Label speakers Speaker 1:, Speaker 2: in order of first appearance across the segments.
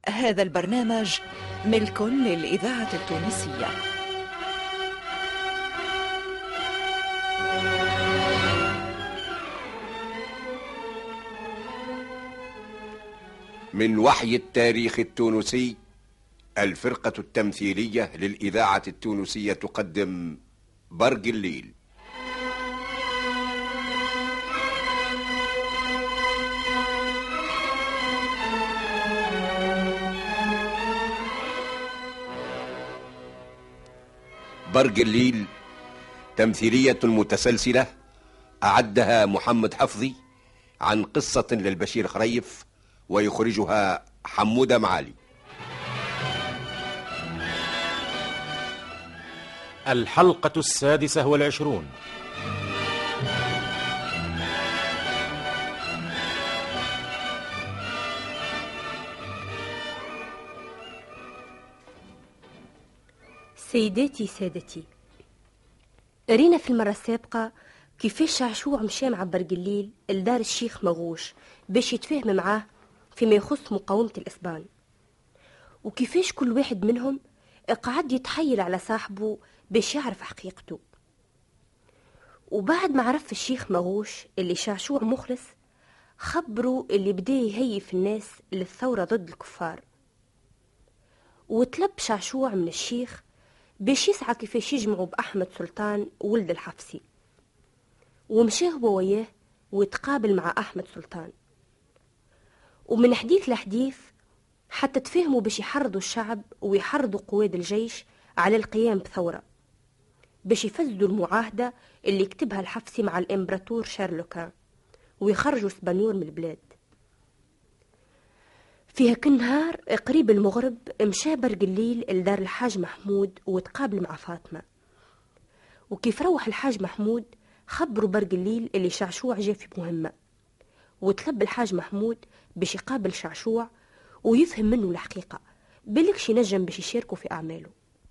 Speaker 1: هذا البرنامج ملك للإذاعة التونسية.
Speaker 2: من وحي التاريخ التونسي، الفرقة التمثيلية للإذاعة التونسية تقدم برق الليل. برق الليل تمثيلية متسلسلة أعدها محمد حفظي عن قصة للبشير خريف، ويخرجها حمودة معالي.
Speaker 3: الحلقة 26.
Speaker 4: سيداتي سادتي، قرينا في المرة السابقة كيفاش شعشوع مشى مع برق الليل لدار الشيخ مغوش باش يتفاهم معاه فيما يخص مقاومة الإسبان، وكيفاش كل واحد منهم قعد يتحيل على صاحبه باش يعرف حقيقته. وبعد ما عرف الشيخ مغوش اللي شعشوع مخلص، خبروا اللي بدا يهيف الناس للثورة ضد الكفار، وطلب شعشوع من الشيخ باش يسعى كيفاش يجمعوا بأحمد سلطان ولد الحفصي، ومشى هو وياه ويتقابل مع أحمد سلطان، ومن حديث لحديث حتى تفهموا باش يحرضوا الشعب ويحرضوا قواد الجيش على القيام بثورة باش يفسدوا المعاهدة اللي كتبها الحفصي مع الإمبراطور شارلوكان ويخرجوا اسبانيول من البلاد. في هاك النهار قريب المغرب مشى برق الليل لدار الحاج محمود وتقابل مع فاطمة، وكيف روح الحاج محمود خبروا برق الليل اللي شعشوع جاء في مهمة، وطلب الحاج محمود باش يقابل شعشوع ويفهم منه الحقيقة بلكش ينجم باش يشاركوا في أعماله.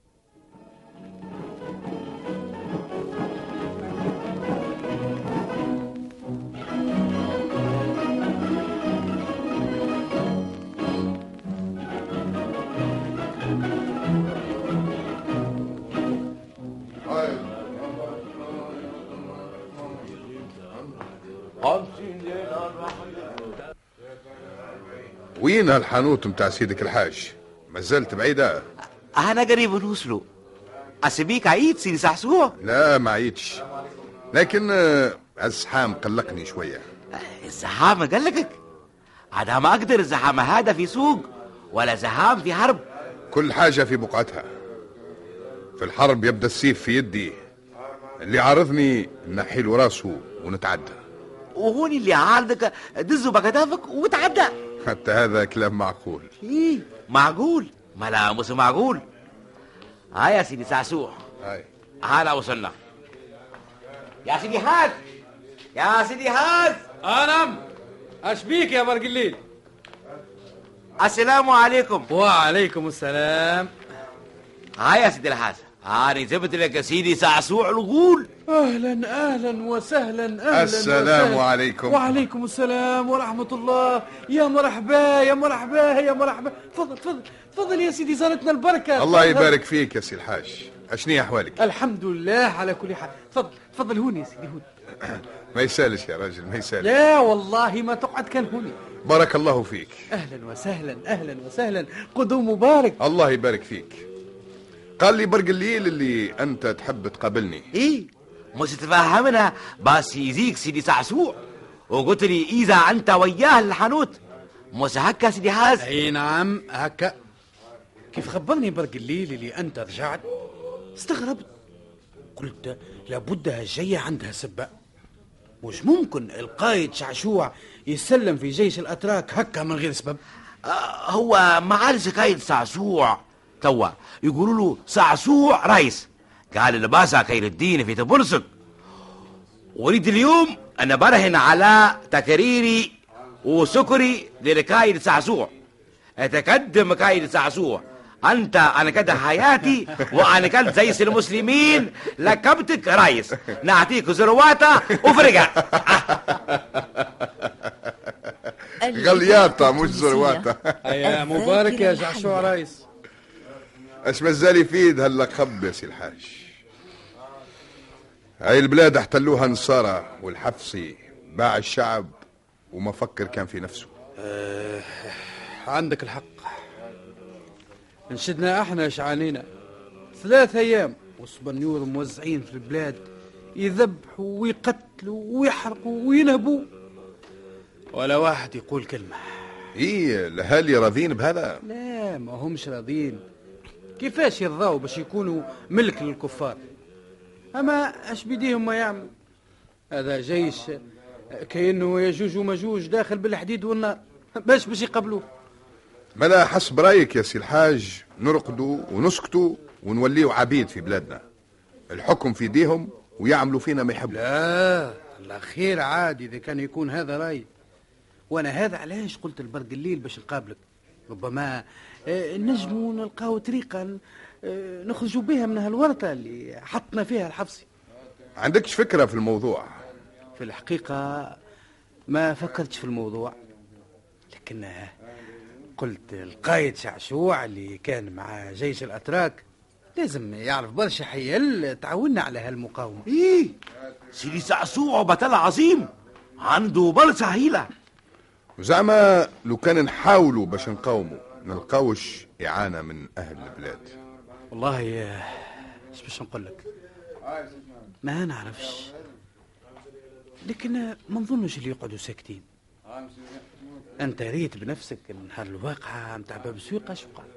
Speaker 5: وين هالحانوت متاع سيدك الحاج؟ ما زلت بعيدة؟
Speaker 6: أنا قريب نوصلوا. أسبيك عيد سيدي سعسوع؟
Speaker 5: لا ما عيدش، لكن الزحام قلقني شوية.
Speaker 6: الزحام قلقك؟ أنا ما أقدر الزحام هذا في سوق ولا زحام في حرب.
Speaker 5: كل حاجة في بقعتها. في الحرب يبدأ السيف في يدي، اللي عارضني نحيله راسه ونتعدى،
Speaker 6: وهوني اللي عارضك دزه بكتافك وتعدى.
Speaker 5: حتى هذا كلام معقول؟
Speaker 6: إيه معقول؟ ما لا مش معقول. هاي يا سيدي سعسوع،
Speaker 5: هاي
Speaker 6: هلا وصلنا. يا سيدي هاز، يا سيدي هاز.
Speaker 7: نعم. أشبيك يا برق الليل؟
Speaker 6: السلام عليكم.
Speaker 7: وعليكم السلام.
Speaker 6: هاي يا سيدي الحاج، أنا جبت لك سيدي سعسوع الغول.
Speaker 7: أهلا وسهلا.
Speaker 5: السلام عليكم.
Speaker 7: وعليكم السلام ورحمة الله. يا مرحبا يا مرحبا يا مرحبا. تفضل يا سيدي، زارتنا البركة.
Speaker 5: الله يبارك فيك يا سي الحاج. أشني أحوالك؟
Speaker 7: الحمد لله على كل حال. تفضل هوني يا سيدي هوني.
Speaker 5: ما يسالش يا راجل، ما يسالش.
Speaker 7: لا والله ما تقعد، كان هوني.
Speaker 5: بارك الله فيك.
Speaker 7: أهلا وسهلا. قدوم مبارك.
Speaker 5: الله يبارك فيك. قال لي برق الليل اللي أنت تحب تقابلني.
Speaker 6: إيه مش تفهمنا بس يزيك سيدي سعسوع، وقلت لي إذا أنت وياه الحانوت مش هكا سيدي حاز؟
Speaker 7: أي نعم هكا. كيف خبرني برق الليل اللي أنت رجعت استغربت، قلت لابد هالجية عندها سبة. مش ممكن القائد شعشوع يسلم في جيش الأتراك هكا من غير سبب.
Speaker 6: هو معالج قائد سعسوع توا يقولوا له سعسوع رئيس، قال لباسا خير الدين في تبرسك، وريد اليوم أنا برهن على تكريري وسكري للقائد سعسوع. أتقدم قائد سعسوع، أنا كده حياتي وأنا كنت زي المسلمين، لكبتك رئيس، نعطيك زرواتة وفرقة.
Speaker 5: غلياطة مش زرواتة.
Speaker 7: يا مبارك يا جعشوع رايس.
Speaker 5: اش مازال يفيد هاللقب يا سي الحاج؟ هاي البلاد احتلوها نصارى والحفصي باع الشعب وما فكر كان في نفسه.
Speaker 7: عندك الحق، نشدنا احنا شعانينا 3 أيام وسبنيور موزعين في البلاد يذبحوا ويقتلوا ويحرقوا وينهبوا ولا واحد يقول كلمة.
Speaker 5: ايه الاهالي راضين بهذا؟
Speaker 7: لا ما همش راضين. كيفاش يرضاوا باش يكونوا ملك للكفار؟ اما اش بيديهم ما يعمل؟ هذا جيش كأنه يجوج ومجوج داخل بالحديد والنار باش يقبلوه.
Speaker 5: ملا حسب رايك يا سي الحاج نرقدوا ونسكتوا ونوليوا عبيد في بلادنا، الحكم في ايديهم ويعملوا فينا ما يحبوا؟
Speaker 7: لا الله خير عادي اذا كان يكون هذا راي. وانا هذا علاش قلت البرق الليل باش نقابلك. ربما نجموا نلقاو طريقه نخرجوا بها من هالورطه اللي حطنا فيها الحفصي.
Speaker 5: عندكش فكره في الموضوع؟
Speaker 7: في الحقيقه ما فكرتش في الموضوع، لكن قلت القائد شعشوع اللي كان مع جيش الاتراك لازم يعرف برشا حيل تعاوننا على هالمقاومه.
Speaker 6: ايه سيدي شعشوع بطل عظيم عنده برشا هيله.
Speaker 5: وزعما لو كان نحاولوا باش نقاوموا نلقاوش إعانة من أهل البلاد؟
Speaker 7: والله ايش باش نقول لك، ما نعرفش، لكن ما نظنش اللي يقعدوا ساكتين. انت ريت بنفسك نهار الواقعة متاع باب سويقة شو قال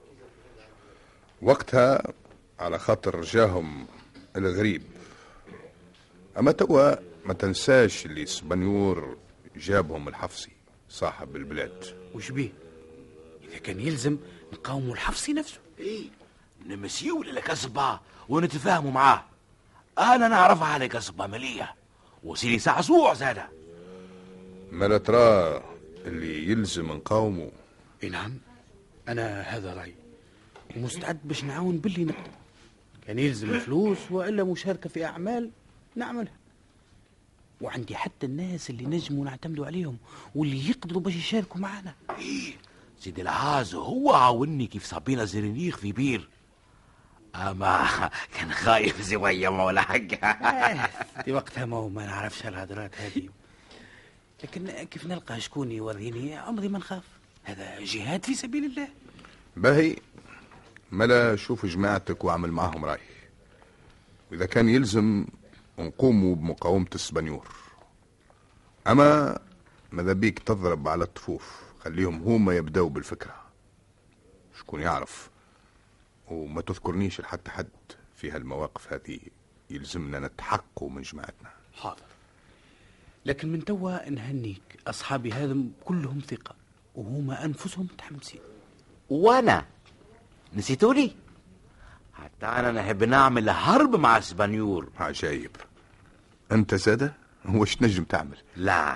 Speaker 5: وقتها على خاطر جاهم الغريب. أما توا ما تنساش اللي سبنيور جابهم الحفصي صاحب البلاد.
Speaker 7: وش بيه؟ إذا كان يلزم نقاوموا الحفصي نفسه.
Speaker 6: ايه نمسيو للكسبة ونتفاهموا معاه. انا نعرفها على كسبة مليح وسيدي شعشوع زاده.
Speaker 5: ما لا ترى اللي يلزم نقاومه؟
Speaker 7: اي نعم انا هذا رايي ومستعد باش نعاون باللي نقدر. كان يلزم فلوس والا مشاركه في اعمال نعملها، وعندي حتى الناس اللي نجموا نعتمدوا عليهم واللي يقدروا باش يشاركوا معنا.
Speaker 6: ايه سيدي العاز هو عاوني كيف صابينا زرنيخ في بير، اما كان خايف زوية مولا حقها.
Speaker 7: في وقتها ما نعرفش هالهدرات هذه، لكن كيف نلقى شكون يوريني عمري ما نخاف. هذا جهاد في سبيل الله.
Speaker 5: باهي ملا شوف جماعتك واعمل معهم راي، واذا كان يلزم نقوموا بمقاومة السبنيور. اما ماذا بيك تضرب على الطفوف، خليهم هما يبدأوا بالفكرة، شكون يعرف، وما تذكرنيش لحتى حد في هالمواقف هذه يلزمنا نتحققوا من جماعتنا.
Speaker 7: حاضر، لكن من توا نهنيك، أصحابي هذم كلهم ثقة وهما أنفسهم متحمسين.
Speaker 6: وانا نسيتوني؟ حتى انا نحب نعمل حرب مع سبنيور.
Speaker 5: عجايب، انت زاده وش نجم تعمل؟
Speaker 6: لا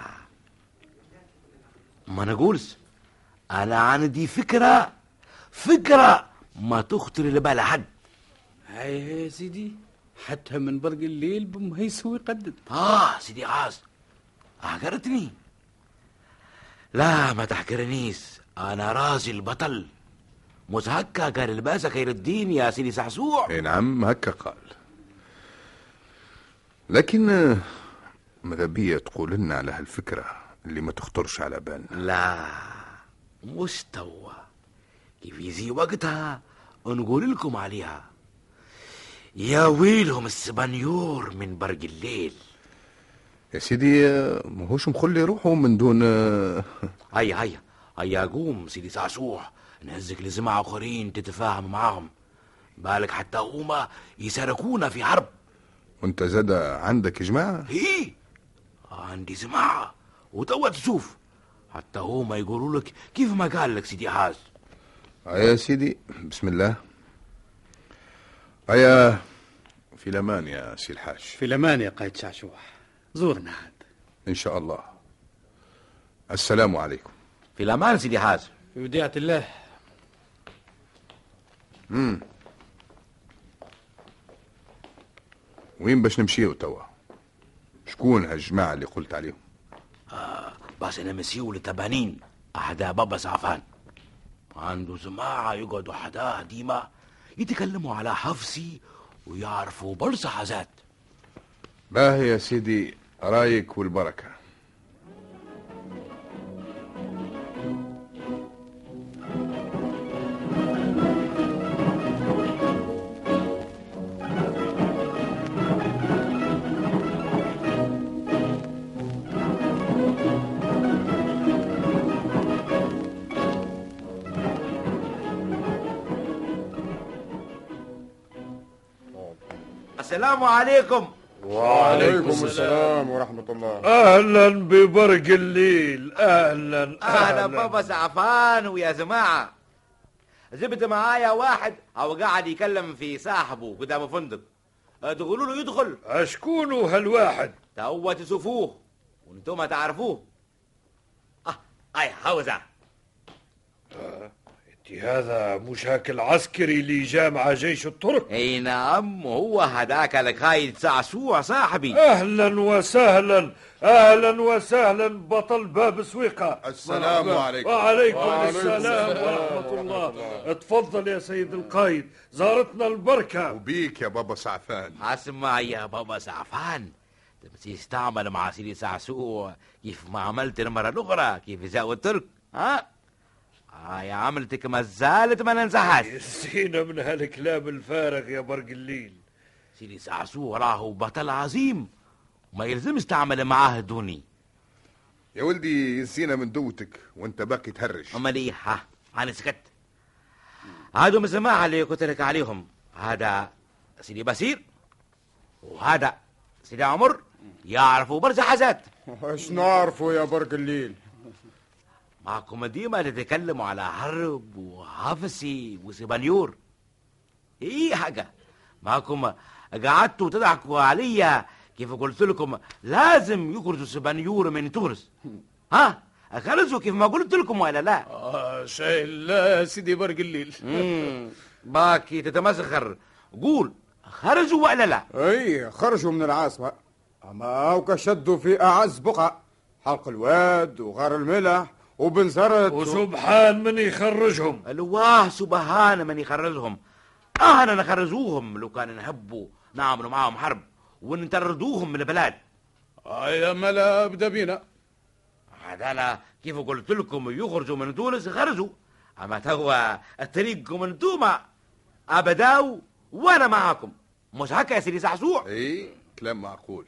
Speaker 6: ما نقولش، انا عندي فكرة ما تخطر لبال حد.
Speaker 7: هاي يا سيدي، حتى من برق الليل بمهيس ويقدد.
Speaker 6: سيدي عاز احقرتني؟ لا ما تحقرنيش، انا راجل بطل، مش هكا قال الباسة خير الدين يا سيدي شعشوع.
Speaker 5: اي نعم هكا قال، لكن ماذا بيا تقول لنا على هالفكرة اللي ما تخطرش على بالنا؟
Speaker 6: لا مش توا، كيف يجي وقتها نقول لكم عليها. يا ويلهم السبنيور من برق الليل.
Speaker 5: يا سيدي ماهوش مخلي روحه من دون
Speaker 6: هيا قوم سيدي شعشوع، نهزك لجماعة آخرين تتفاهم معاهم، بالك حتى هما يشاركونا في حرب.
Speaker 5: وانت زادة عندك جماعة؟
Speaker 6: ايه عندي جماعة، وتوا تشوف حتى هما يقولوا لك كيف ما قال لك سيدي حاج.
Speaker 5: يا سيدي بسم الله. هيا في الامان يا سي الحاج.
Speaker 7: في الامان يا قائد شعشوع، زورنا عاد
Speaker 5: ان شاء الله. السلام عليكم.
Speaker 6: في الامان سيدي حاج.
Speaker 7: في وديعة الله.
Speaker 5: وين باش نمشيو توا؟ شكون هالجماعة اللي قلت عليهم؟
Speaker 6: بس نمسيو لتبانين أحدا بابا سعفان. عنده جماعة يقعدوا حداه ديما يتكلموا على حفصي ويعرفوا برصة حاجات.
Speaker 5: باهي يا سيدي، رايك والبركة.
Speaker 6: السلام عليكم.
Speaker 8: وعليكم السلام ورحمة الله.
Speaker 9: أهلا ببرق الليل. أهلا
Speaker 6: بابا سعفان ويا جماعة. جبت معايا واحد أو قاعد يكلم في صاحبه قدام فندق، تقولوا له يدخل.
Speaker 9: أشكونه هالواحد؟
Speaker 6: توا تشوفوه وانتم تعرفوه. أي هوزة.
Speaker 9: هذا مش هاك العسكري اللي جاء مع جيش الترك؟
Speaker 6: اي نعم، هو هداك القايد صعصوع صاحبي.
Speaker 9: اهلا وسهلا، اهلا وسهلا بطل باب سويقة.
Speaker 5: السلام عليكم.
Speaker 9: وعليكم السلام ورحمة الله. اتفضل يا سيد القايد، زارتنا البركة.
Speaker 5: وبيك يا بابا سعفان.
Speaker 6: اسمع يا بابا سعفان، تمسيش تعمل مع سيدي صعصوع كيف ما عملت المرة الأخرى كيف جاءوا الترك. يا عملتك ما زالت ما ننساهاش.
Speaker 9: يسينا من هالكلام الفارغ يا برق الليل.
Speaker 6: سيدي صعصوع راهو بطل عظيم وما يلزمش تعمل معاه دوني.
Speaker 5: يا ولدي يسينا من دوتك وانت باقي تهرش.
Speaker 6: امال ايه؟ انا سكت. هادو من الجماعة اللي قلت لك عليهم، هذا سيدي بصير وهذا سيدي عمر، يعرفوا برشا حاجات.
Speaker 8: ايش نعرفوا يا برق الليل؟
Speaker 6: معكم ديما تتكلموا على حرب وحفصي وسبانيور. ايه حاجة معكم قعدتوا تضحكوا عليا كيف قلت لكم لازم يخرجوا سبانيور من تونس. خرجوا كيف ما قلت لكم ولا لا؟
Speaker 9: شيء لا سيدي برق الليل.
Speaker 6: باكي تتمسخر. قول خرجوا ولا لا؟
Speaker 8: اي خرجوا من العاصمة، اما اوكا شدوا في اعز بقعة، حلق الواد وغار الملح وبنزرت
Speaker 9: وسبحان من يخرجهم.
Speaker 6: الواه سبحان من يخرجهم. احنا نخرجوهم لو كان نحبوا نعملوا معاهم حرب ونطردوهم من البلاد.
Speaker 7: يا ملا ابدا بينا.
Speaker 6: هذا كيف قلت لكم يخرجوا من تونس خرجوا، اما توا طريقكم انتوما ابداو وانا معاكم. مش هكا يا سيدي صعصوع؟
Speaker 5: اي كلام معقول،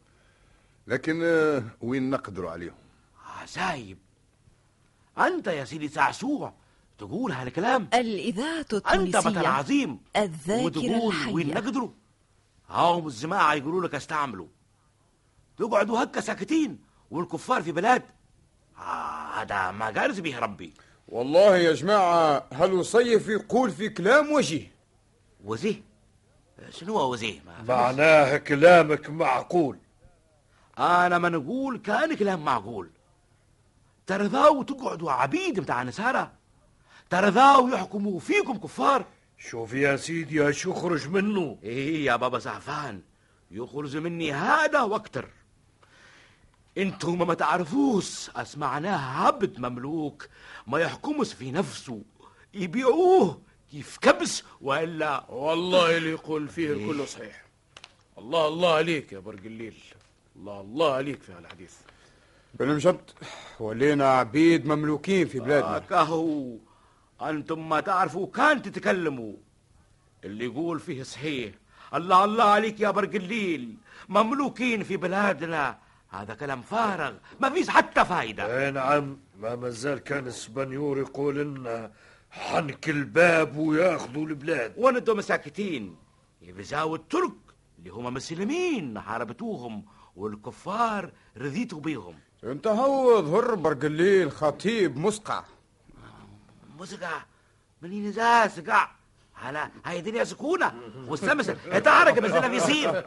Speaker 5: لكن وين نقدروا عليهم؟
Speaker 6: سايب انت يا سيدي صعصوع تقول هالكلام؟
Speaker 1: الإذاعة التونسية
Speaker 6: انت بطل عظيم
Speaker 1: الذاكرة
Speaker 6: وتقول
Speaker 1: الحية.
Speaker 6: وين نقدروا؟ هاهم الجماعة يقولوا لك استعملوا، تقعدوا هكا ساكتين والكفار في بلاد. هذا ما قالش به ربي.
Speaker 8: والله يا جماعة هالوصيف يقول في كلام وجيه.
Speaker 6: وزيه؟ شنو هو وزيه؟
Speaker 9: معناه كلامك معقول.
Speaker 6: انا ما نقول كان كلام معقول. ترضاو تقعدوا عبيد متاع نسارة؟ ترضاو يحكموا فيكم كفار؟
Speaker 9: شوف يا سيدي ايش يخرج منه.
Speaker 6: ايه يا بابا سعفان، يخرج مني هذا واكتر. انتم ما تعرفوش اسمعناه عبد مملوك ما يحكمش في نفسه، يبيعوه كيف كبس وإلا.
Speaker 7: والله اللي يقول فيه الكل صحيح. الله الله عليك يا برق الليل، الله الله عليك في هالحديث.
Speaker 8: بالمجد ولينا عبيد مملوكين في بلادنا.
Speaker 6: كهو انتم ما تعرفوا كان تتكلموا. اللي يقول فيه صحيح. الله الله عليك يا برق الليل، مملوكين في بلادنا، هذا كلام فارغ ما فيش حتى فايدة.
Speaker 9: اي نعم، ما مازال كان السبانيور يقول لنا حنك الباب وياخذوا البلاد
Speaker 6: وانتم ساكتين. يفزاوا الترك اللي هم مسلمين حاربتوهم والكفار رضيتوا بيهم.
Speaker 8: انت هو ظهر برق الليل خطيب مسقع.
Speaker 6: مسقع منين ذا سقع؟ هاي الدنيا سكونة والسمس يتحرك مثل في يصير.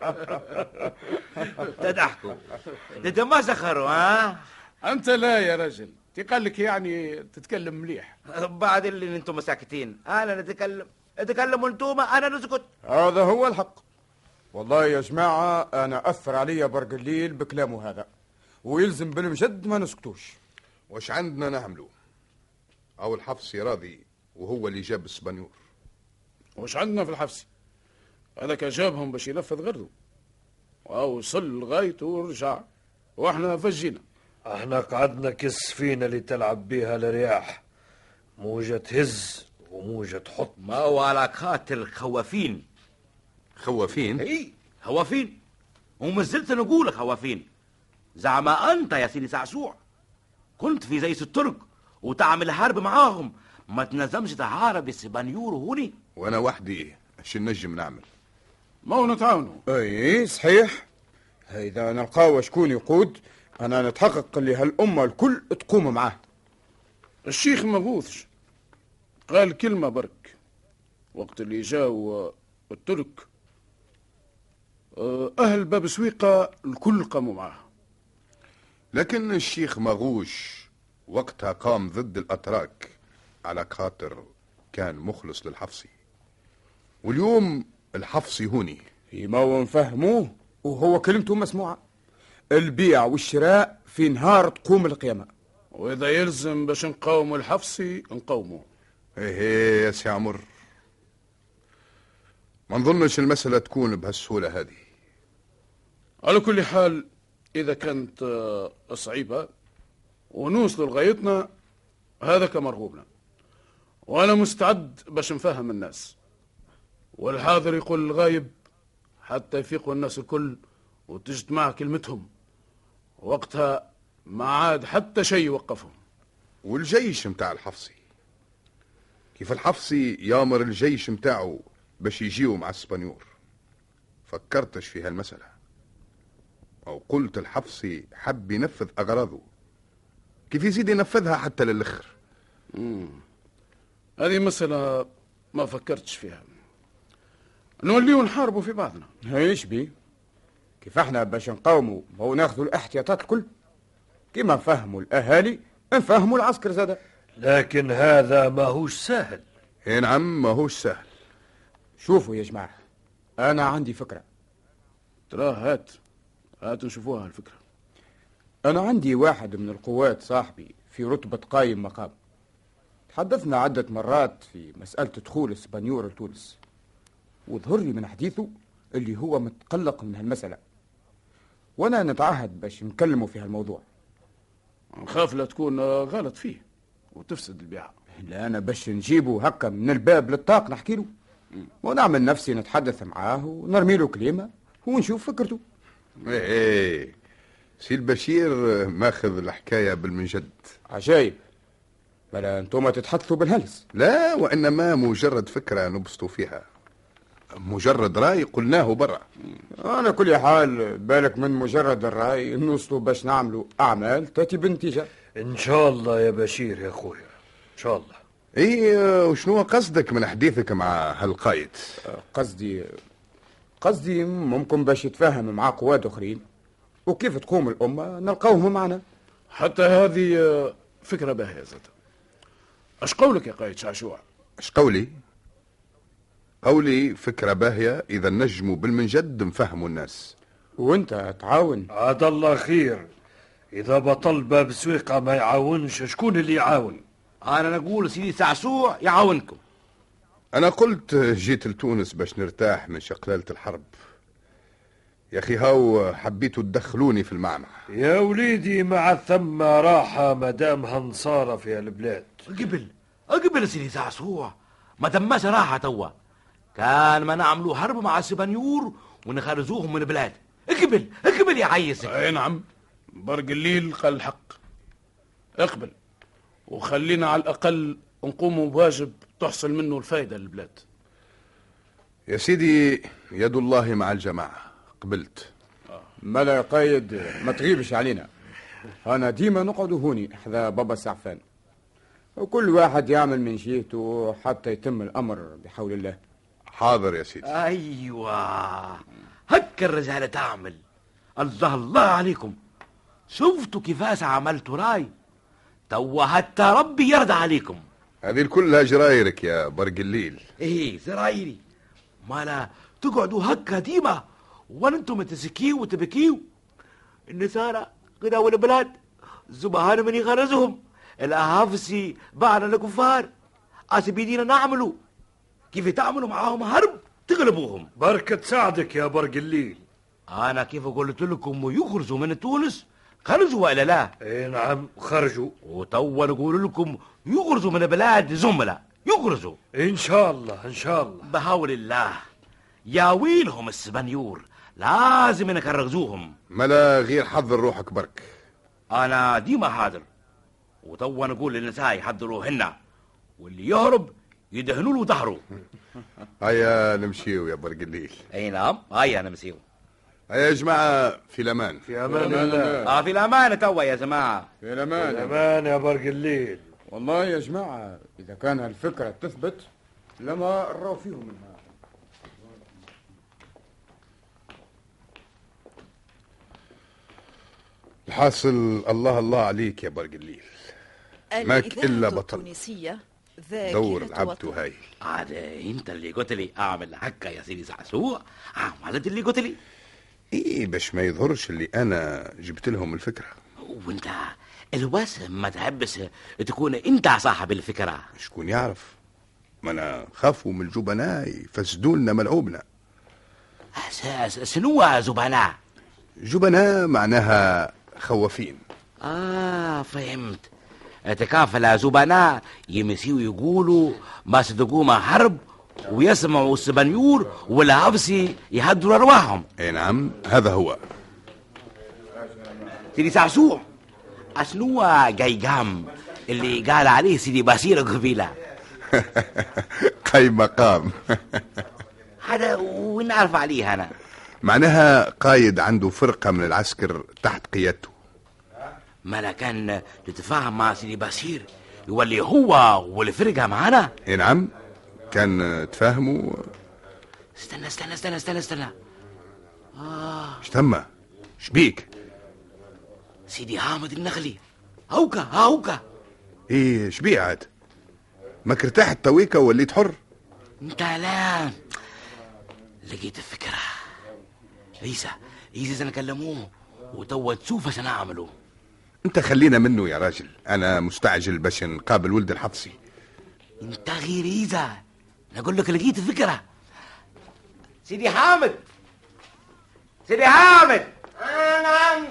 Speaker 6: تضحكوا تتمسخروا.
Speaker 7: انت لا يا رجل، تقال لك يعني تتكلم مليح.
Speaker 6: بعد اللي انتم ساكتين انا نتكلم وانتم انا نسكت.
Speaker 8: هذا هو الحق. والله يا جماعة انا اثر علي برق الليل بكلامه هذا، ويلزم بالمجد ما نسكتوش.
Speaker 5: وش عندنا نعملو؟ او الحفصي راضي وهو اللي جاب السبانيور.
Speaker 10: وش عندنا في الحفصي؟ هذاك جابهم باش ينفذ غرضه، وصل لغايته ورجع واحنا فجينا.
Speaker 9: احنا قعدنا كالسفينة اللي تلعب بيها الرياح، موجة تهز وموجة تحط.
Speaker 6: ما هو على خاطر خوافين.
Speaker 5: خوافين؟
Speaker 6: اي خوافين، وما زلت نقولك خوافين. زعما انت يا سيدي سعسوع كنت في زيس الترك وتعمل حرب معاهم، ما تنظمش تحارب السبانيور هوني.
Speaker 5: وانا وحدي ايش نجم نعمل؟
Speaker 10: ما هو نتعاونوا.
Speaker 8: اي صحيح، اذا نلقاو شكون يقود انا نتحقق اللي هالامه الكل تقوم معاه.
Speaker 10: الشيخ ما غوثش قال كلمة برك وقت اللي جاو الترك، أهل باب سويقة الكل قاموا معاه.
Speaker 5: لكن الشيخ مغوش وقتها قام ضد الأتراك على خاطر كان مخلص للحفصي، واليوم الحفصي هوني.
Speaker 8: ما هو نفهموه وهو كلمته مسموعة. البيع والشراء في نهار تقوم القيامة،
Speaker 10: وإذا يلزم باش نقاوموا الحفصي نقاوموه.
Speaker 5: ايه يا سي عمر، ما نظنش المسألة تكون بهالسهولة هذه.
Speaker 10: على كل حال إذا كانت صعيبة ونوصلوا لغايتنا هذا كمرغوبنا، وأنا مستعد باش نفهم الناس، والحاضر يقول الغايب حتى يفيقوا الناس الكل وتجتمع كلمتهم، وقتها ما عاد حتى شيء يوقفهم.
Speaker 5: والجيش متاع الحفصي كيف الحفصي يامر الجيش متاعه باش يجيو مع السبانيور؟ فكرتش في هالمسألة؟ أو قلت الحفصي حب ينفذ أغراضه، كيف يزيد ينفذها حتى للآخر؟
Speaker 10: هذه مسألة ما فكرتش فيها. نوليو نحاربوا في بعضنا.
Speaker 8: ايش بي؟ كيف احنا باش نقاوموا هو ناخذوا الاحتياطات الكل كيما نفهموا الأهالي نفهموا العسكر زادا.
Speaker 9: لكن هذا ما هوش سهل.
Speaker 5: اي نعم ما هوش سهل.
Speaker 8: شوفوا يا جماعة، أنا عندي فكرة.
Speaker 10: ترى هات نشوفوها الفكرة.
Speaker 8: أنا عندي واحد من القوات صاحبي في رتبة قايم مقام، تحدثنا عدة مرات في مسألة دخول السبانيور لتونس، وظهر لي من حديثه اللي هو متقلق من هالمسألة، وأنا نتعهد باش نكلمه في هالموضوع.
Speaker 10: نخاف لا تكون غلط فيه وتفسد البيعة.
Speaker 8: لا، أنا باش نجيبه هكا من الباب للطاق نحكي له ونعمل نفسي نتحدث معاه ونرمي له كلمة ونشوف فكرته.
Speaker 5: ايه سي البشير ماخذ الحكاية بالمنجد.
Speaker 8: عجايب، بلا انتم تتحدثوا بالهلس.
Speaker 5: لا، وإنما مجرد فكرة نبسطوا فيها، مجرد رأي قلناه برا.
Speaker 8: أنا كل حال بالك من مجرد الرأي نوصلوا باش نعملوا أعمال تأتي بنتيجة
Speaker 9: إن شاء الله يا بشير يا أخويا، إن شاء الله.
Speaker 5: ايه، وشنو قصدك من حديثك مع هالقايد؟
Speaker 8: قصدي ممكن باش يتفاهم مع قوات أخرين وكيف تقوم الأمة نلقاوهم معنا.
Speaker 10: حتى هذه فكرة باهية زادة. اش قولك يا قايد شعشوع؟
Speaker 5: اش قولي؟ قولي فكرة باهية إذا نجموا بالمنجد نفهموا الناس.
Speaker 8: وانت تعاون؟
Speaker 9: عاد الله خير. إذا بطل باب سويقة ما يعاونش شكون اللي يعاون؟
Speaker 6: أنا نقول سيدي سعسوع يعاونكم.
Speaker 5: أنا قلت جيت لتونس باش نرتاح من شقلالة الحرب. يا أخي هاو حبيتوا تدخلوني في المعنى.
Speaker 9: يا وليدي مع ثم راحة مدامها نصارى في البلاد.
Speaker 6: قبل سيدي سعسوع ما تماش راحة توا، كان ما نعملوا حرب مع السبانيور ونخرجوهم من البلاد. اقبل يا عيسى.
Speaker 10: اي نعم، برق الليل قال الحق. اقبل وخلينا على الأقل نقوموا بواجب تحصل منه الفائدة للبلاد.
Speaker 5: يا سيدي يد الله مع الجماعة. قبلت.
Speaker 8: ملا يا قايد ما تغيبش علينا، أنا ديما نقعد هوني حذا بابا سعفان، وكل واحد يعمل من جهته حتى يتم الأمر بحول الله.
Speaker 5: حاضر يا سيدي.
Speaker 6: أيوة هكا الرجالة تعمل. الله عليكم، شفتوا كيفاش عملتوا راي؟ توا حتى ربي يرضى عليكم.
Speaker 5: هذه كلها جرايرك يا برق الليل.
Speaker 6: ايه زرايري، ما لا تقعدوا هكا ديما وانتم تسكيوا وتبكيوا. النسارة كده والبلاد زبهان من يغرزهم الأهافسي بعنا الكفار بيدينا نعملوا كيف تعملوا معاهم حرب تغلبوهم.
Speaker 9: بركة ساعدك يا برق الليل.
Speaker 6: أنا كيف قلت لكم يخرجوا من تونس خرجوا ولا لا؟
Speaker 9: اي نعم خرجوا.
Speaker 6: وتوا نقول لكم يخرجوا من بلاد زملاء يخرجوا
Speaker 9: ان شاء الله ان شاء الله
Speaker 6: بحول الله. يا ويلهم السبنيور لازم نكرزوهم.
Speaker 5: ملا غير حضر روحك برك.
Speaker 6: انا ديما حاضر. وتوا نقول للنساء يحضروا هنا واللي يهرب يدهنوا له ظهره.
Speaker 5: هيا نمشيو يا برق الليل.
Speaker 6: اي نعم هيا نمشيو.
Speaker 5: هيا يا جماعة في الأمان.
Speaker 9: في أمان الله.
Speaker 6: في الأمان توا يا جماعة.
Speaker 8: في الأمان.
Speaker 9: في الأمان يا برق الليل.
Speaker 8: والله يا جماعة إذا كان الفكرة تثبت لما راو فيهم منها.
Speaker 5: الحاصل الله الله عليك يا برق الليل. ماك إلا بطل.
Speaker 1: التونسية
Speaker 5: دور لعبته هاي.
Speaker 6: عاد انت اللي قلت لي اعمل هكا يا سيدي زعزوع. عملت اللي قلت لي.
Speaker 5: ايه باش ما يظهرش اللي انا جبت لهم الفكرة.
Speaker 6: وانت الواسم ما تحبش تكون انت صاحب الفكرة.
Speaker 5: شكون يعرف؟ ما انا خافوا من الجبناء يفسدوا لنا ملعوبنا.
Speaker 6: شنو زبناء؟
Speaker 5: جبناء معناها خوافين.
Speaker 6: فهمت. تكافل زبناء يمسيوا يقولوا ما صدقوا ما حرب ويسمعوا السبنيور والعبسي يهدروا ارواحهم.
Speaker 5: اي نعم هذا هو.
Speaker 6: سيدي سعسوع شنو قيقام اللي قال عليه سيدي بصير قبيلة؟
Speaker 5: قاي مقام.
Speaker 6: هذا وين اعرف عليه انا؟
Speaker 5: معناها قايد عنده فرقة من العسكر تحت قيادته.
Speaker 6: ما لا كان تتفاهم مع سيدي بصير يولي هو والفرقة معانا.
Speaker 5: اي نعم كان تفاهموا.
Speaker 6: استنى استنى استنى استنى استنى.
Speaker 5: اشتم شبيك؟
Speaker 6: سيدي حامد النخلي هوكا.
Speaker 5: ايه شبيه عاد؟ ما ارتحت تويكا وليت حر؟
Speaker 6: انت لا لقيت الفكرة. عيسى نكلموه وتوا تشوف اش نعملوا.
Speaker 5: انت خلينا منه يا راجل، انا مستعجل باش نقابل ولد الحفصي.
Speaker 6: انت غير عيسى نقول لك لقيت الفكرة. سيدي حامد
Speaker 11: نعم.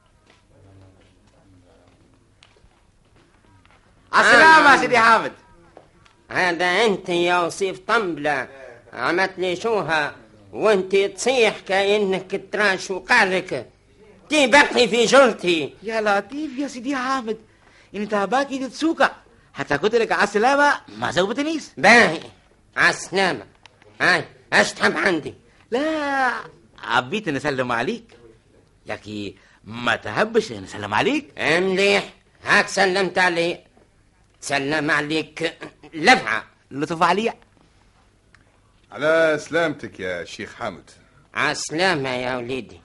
Speaker 6: السلام يا سيدي حامد.
Speaker 11: هذا انت يا وصيف طنبلة عملت لي شوها وانت تصيح كأنك تراش وقعلك تي بقي في جلتي.
Speaker 6: يا لطيف يا سيدي حامد انت باكي تتسوكا حتى قلت لك على السلامة ما زوبتنيش.
Speaker 11: باهي على السلامة. هاي اش تحب عندي؟
Speaker 6: لا عبيت نسلم عليك لكن ما تهبش نسلم عليك.
Speaker 11: مليح هاك سلمت علي. سلم عليك لفعة
Speaker 6: لطف عليا.
Speaker 5: على سلامتك يا شيخ حامد.
Speaker 11: على السلامة يا وليدي.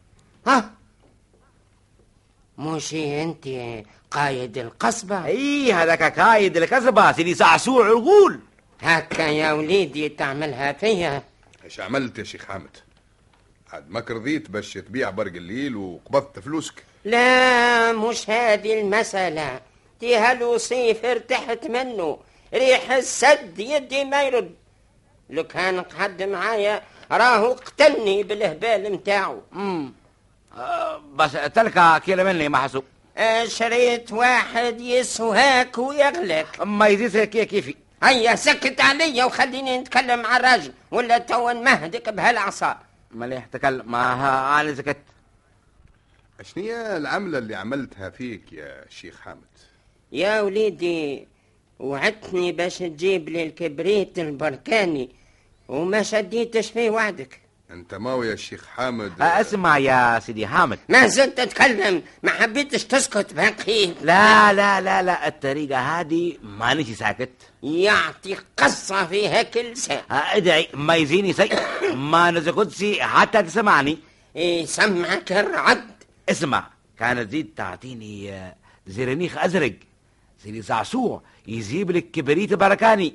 Speaker 11: موشي انت قايد القصبة؟
Speaker 6: اي هذاك قايد القصبة سيدي سعسوع الغول.
Speaker 11: هكا يا وليدي تعملها فيها؟
Speaker 5: ايش عملت يا شيخ حامد؟ عاد ما رضيت باش تبيع برق الليل وقبضت فلوسك.
Speaker 11: لا مش هذه المسألة. تي هالوصيف ارتحت منه ريح السد يدي ما يرد. لو كان قعد معايا راهو قتلني بالهبال متاعه.
Speaker 6: بس تلك كيلو مني ما حسب.
Speaker 11: شريت واحد يسوهاك ويغلك.
Speaker 6: ما يزيد كيفي.
Speaker 11: هيا سكت عليا وخليني نتكلم مع الراجل ولا توا نمهدك بهالعصا.
Speaker 6: مليح تكلم ما انا سكت.
Speaker 5: شنية العملة اللي عملتها فيك يا شيخ حامد؟
Speaker 11: يا وليدي وعدتني باش تجيب لي الكبريت البركاني وما شديتش فيه وعدك.
Speaker 5: انت ماو يا شيخ حامد.
Speaker 6: اسمع يا سيدي حامد
Speaker 11: ما زلت تتكلم ما حبيتش تسكت باقي.
Speaker 6: لا لا لا لا الطريقة هذه ما نشي ساكت.
Speaker 11: يعطي قصة فيها كل ساعة.
Speaker 6: ادعي ما يزيني شيء ما نسكتش حتى تسمعني.
Speaker 11: سمعك الرعد.
Speaker 6: اسمع كانت زيد تعطيني زرنيخ ازرق سيدي سعسوع يجيب لك كبريت بركاني.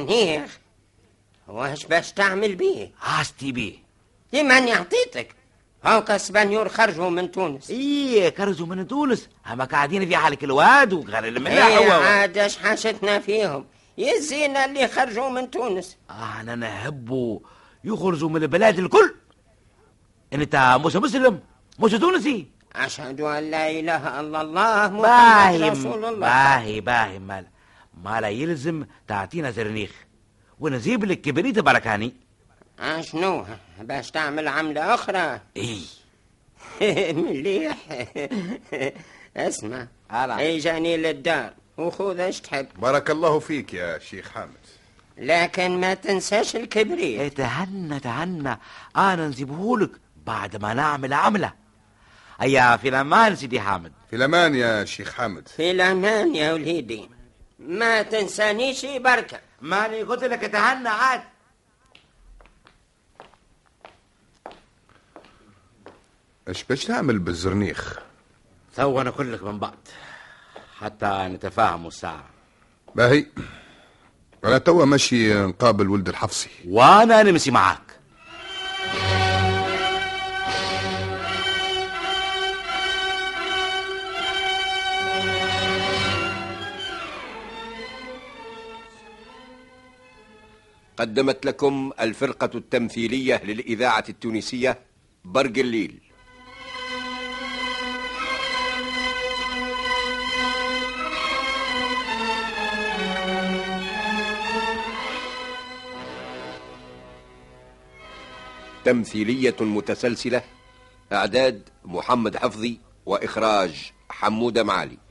Speaker 11: زرنيخ واش باش تعمل بيه؟
Speaker 6: عاستي بيه.
Speaker 11: لمن يعطيتك؟ هاك اسبانيور خرجوا من تونس.
Speaker 6: ايه خرجوا من تونس، هما قاعدين في حالك الواد وغير الملاح.
Speaker 11: ايه عادش حاجتنا فيهم، يزينا اللي خرجوا من تونس.
Speaker 6: انا نحبوا يخرجوا من البلاد الكل. انت مش مسلم مش تونسي.
Speaker 11: أشهد أن لا إله إلا الله محمد رسول الله.
Speaker 6: باهي ما لا يلزم تعطينا زرنيخ ونجيب لك كبريت بركاني.
Speaker 11: شنو باش تعمل عملة أخرى؟
Speaker 6: إيه
Speaker 11: مليح. اسمع اجاني للدار وخذ ايش تحب.
Speaker 5: بارك الله فيك يا شيخ حامد،
Speaker 11: لكن ما تنساش الكبريت.
Speaker 6: تهنى أنا نجيبهولك بعد ما نعمل عملة. أيا في الأمان سيدي حامد.
Speaker 5: في الأمان يا شيخ حامد.
Speaker 11: في الأمان يا وليدي، ما تنسانيش بركة.
Speaker 6: ماني قلت لك تهنى عاد.
Speaker 5: ايش باش تعمل بالزرنيخ؟
Speaker 6: تو أنا أقول لك من بعد حتى نتفاهموا الساعة.
Speaker 5: باهي، أنا توا ماشي نقابل ولد الحفصي
Speaker 6: وأنا نمشي معاك.
Speaker 2: قدمت لكم الفرقة التمثيلية للإذاعة التونسية برق الليل. تمثيلية متسلسلة، إعداد محمد حفظي وإخراج حمودة معالي.